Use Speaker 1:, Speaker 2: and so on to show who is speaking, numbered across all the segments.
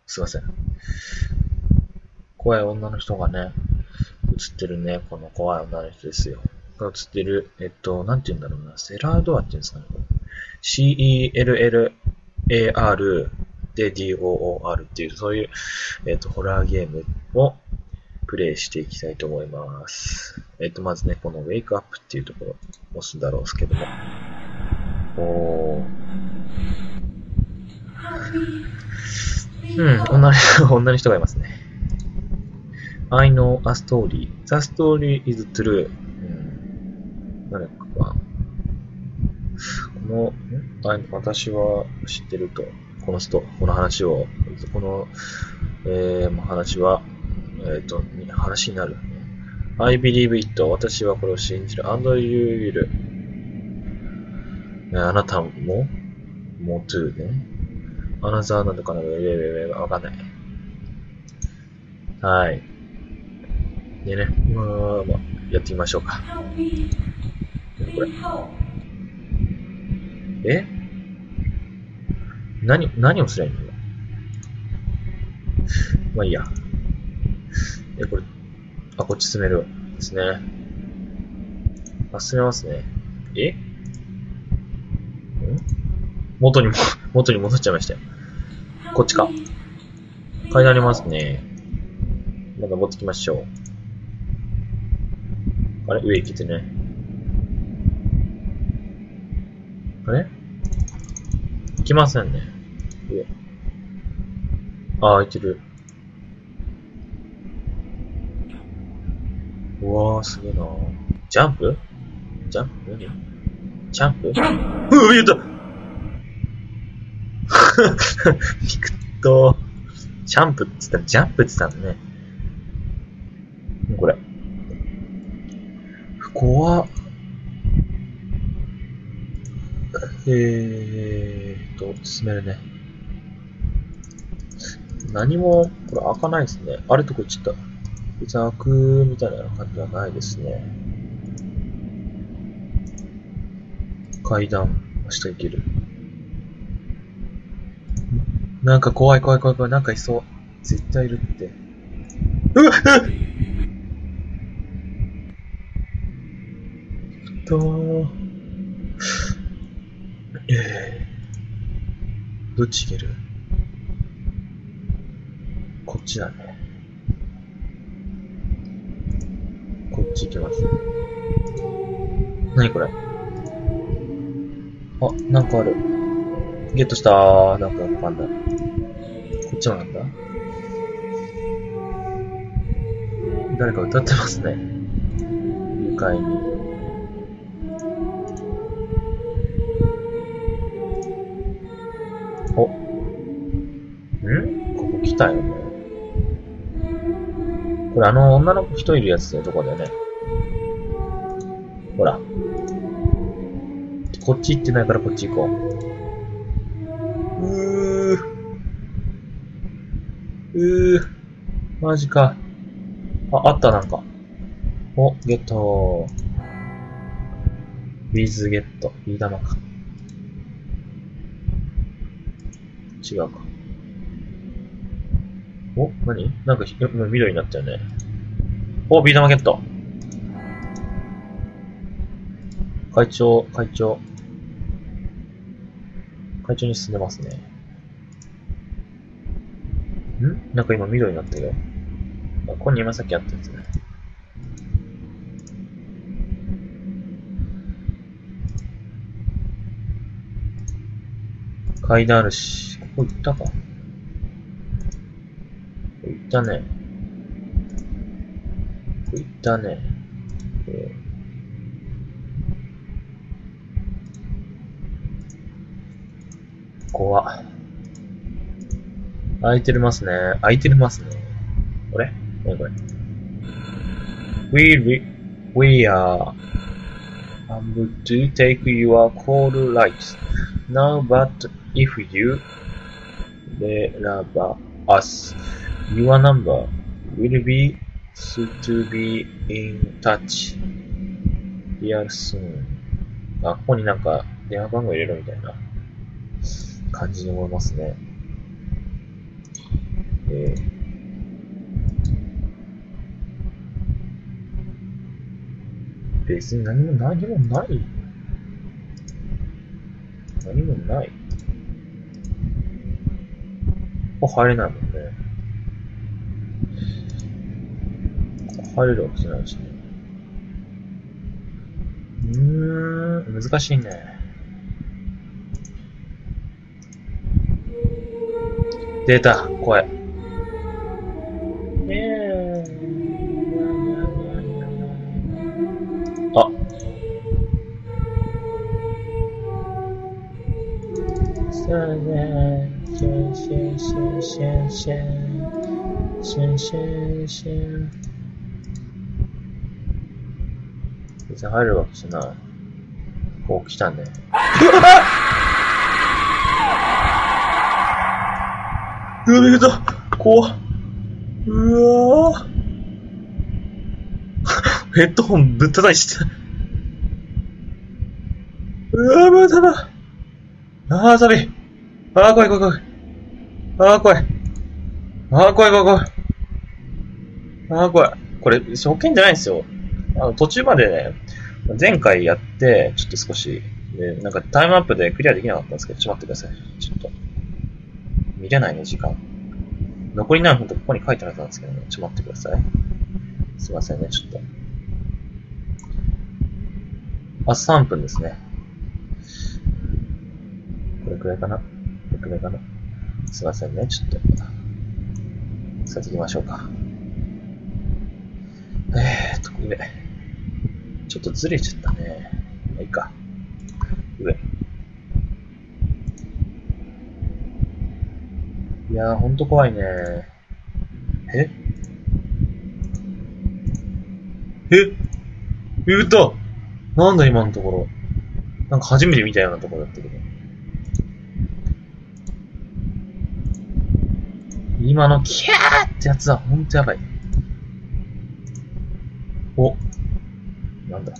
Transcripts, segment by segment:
Speaker 1: すいません。怖い女の人がね、映ってるね、この怖い女の人ですよ。が映ってる、なんて言うんだろうな、セラードアって言うんですかね、これ。CELLAR で DOOR っていう、そういう、ホラーゲームをプレイしていきたいと思います。まずね、この Wake Up っていうところを押すだろうですけども。女の人がいますね。I know a story. The story is true. 誰かが、私は知ってると。この話を、この、話は、話になる。I believe it. 私はこれを信じる。And you will. あなたも too ね。アナザーなんとかなる。わかんない。はい。でね、やってみましょうか。これ。何をすりゃいいの？まあいいや。これ、こっち進めるですね。進めますね。元に戻っちゃいましたよ。こっちか。階段ありますね。まだ持ってきましょう。あれ上行けてね。あれ行きませんね。上。開いてる。うわー、すげえなー。ジャンプジャンプ言った。ピクトジャンプって言ったらジャンプって言ったのね。これ。怖っ。進めるね。何も、これ開かないですね。あれとこ行っちゃった。別に開くみたいな感じはないですね。階段、下行ける。なんか怖い。なんかいそう。絶対いるって。どっち行ける？こっちだね。こっち行けます。何これ？なんかある。ゲットしたー。なんかわかんない。こっちはなんだ？誰か歌ってますね。愉快に。ここ来たよね。これ女の子一人いるやつだよ、とこだよね。ほら。こっち行ってないからこっち行こう。マジか。あったなんか。ゲットウィズゲット。ビー玉か。違うか。何なんか緑になったよね。ビー玉ゲット。会長に進んでますね。なんか今緑になったよ。ここに今さっきあったやつね。階段あるし、ここ行ったか？行ったね。怖っ。開いてますね。これ何これ？ We are able to take your call right now, but if you remember us, your number will be to be in touch real soon. ここになんか電話番号入れるみたいな感じに思いますね。 別に何もない。何もない。ここ入れないもんね。入れるわけじゃないしね。難しいね。出た、声。あ。別に入るわけじゃない。こう来たね。うわ、逃げた。怖っ。うわぁ。ヘッドホンぶったたいしてた。うわぁ、まただ。あー、サビ。あー、怖い。あー、怖い。これ、初見じゃないんですよ。途中までね、前回やって、ちょっと少し、なんかタイムアップでクリアできなかったんですけど、ちょっと待ってください。ちょっと。見れないね、時間。残り何分とここに書いてあるはずなんですけどね。ちょっと待ってください。すいませんね、ちょっと。あ、3分ですね。これくらいかな。すいませんね、ちょっと。さて行きましょうか。上。ちょっとずれちゃったね。まあ、いいか。上。いやー、ほんと怖いね。言った。なんだ今のところ。なんか初めて見たようなところだったけど。今のキャーってやつはほんとやばい。お。なんだ。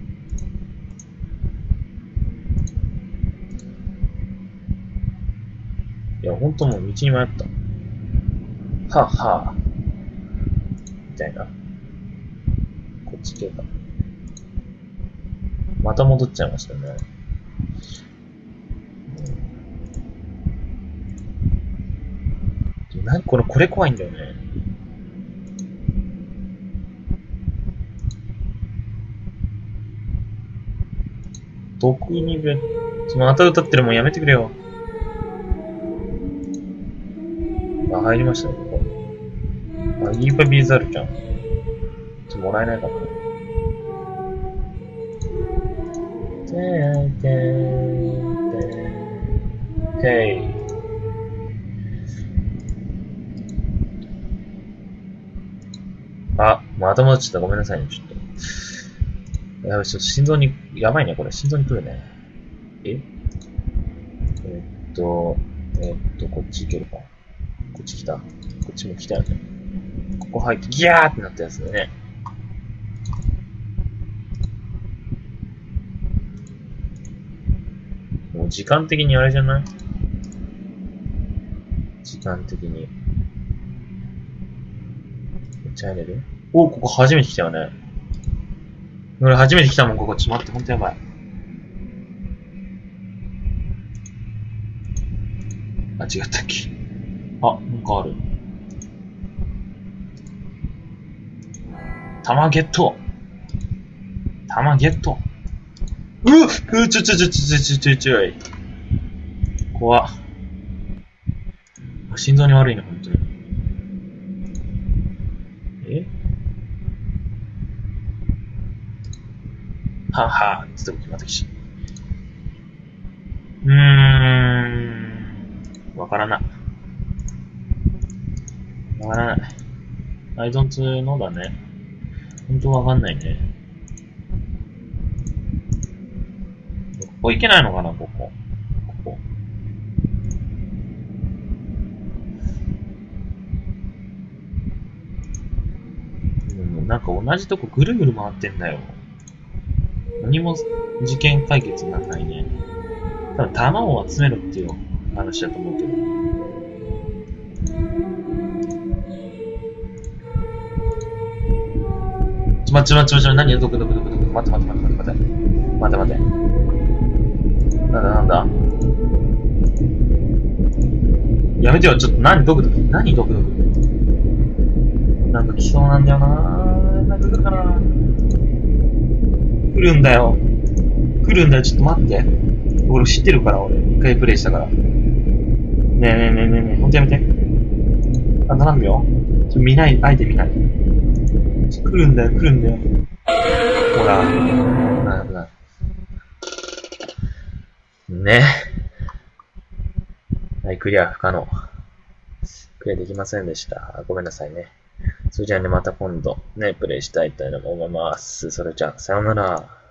Speaker 1: いや、ほんともう道に迷った。はぁはぁ。みたいな。こっち系か。また戻っちゃいましたね。これ怖いんだよね。毒にまた歌ってるもんやめてくれよ。あ、入りましたね、ここ。あ、いいパビーズあるじゃん。もらえないかな。へい。あ、また戻っちゃった。ごめんなさいね、ちょっと。やばい、ちょっと心臓に、やばいね、これ。心臓に来るね。こっち行けるか。こっち来た。こっちも来たよね。ここ入って、ギャーってなったやつだよね。もう時間的にあれじゃない？時間的に。めっちゃ入れる？お、ここ初めて来たよね。俺初めて来たもん、ここ。ちょっと待って、ほんとやばい。あ、違ったっけ？あ、なんかある。弾ゲット！弾ゲット！ちょい。怖っ。心臓に悪いね、ほんとに。はぁはぁ、つっても決まってきち。わからない。I don't know だね。ほんとわかんないね。ここ行けないのかな、ここ。なんか同じとこぐるぐる回ってんだよ。何も事件解決にならないね。多分弾を集めろっていう話だと思うけど。 何どこ、待って。なんだ。やめてよ、ちょっと何ドク。なんか来そうなんだよな。なんか来るかな。来るんだよ、ちょっと待って。俺知ってるから、俺。一回プレイしたから。ねえ、ほんとやめて。あと何秒？アイテム見ない。来るんだよ。ほら。危ない。ね。はい、クリア不可能。クリアできませんでした。ごめんなさいね。それじゃあね、また今度ね、プレイしたいと思います。それじゃあ、さようなら。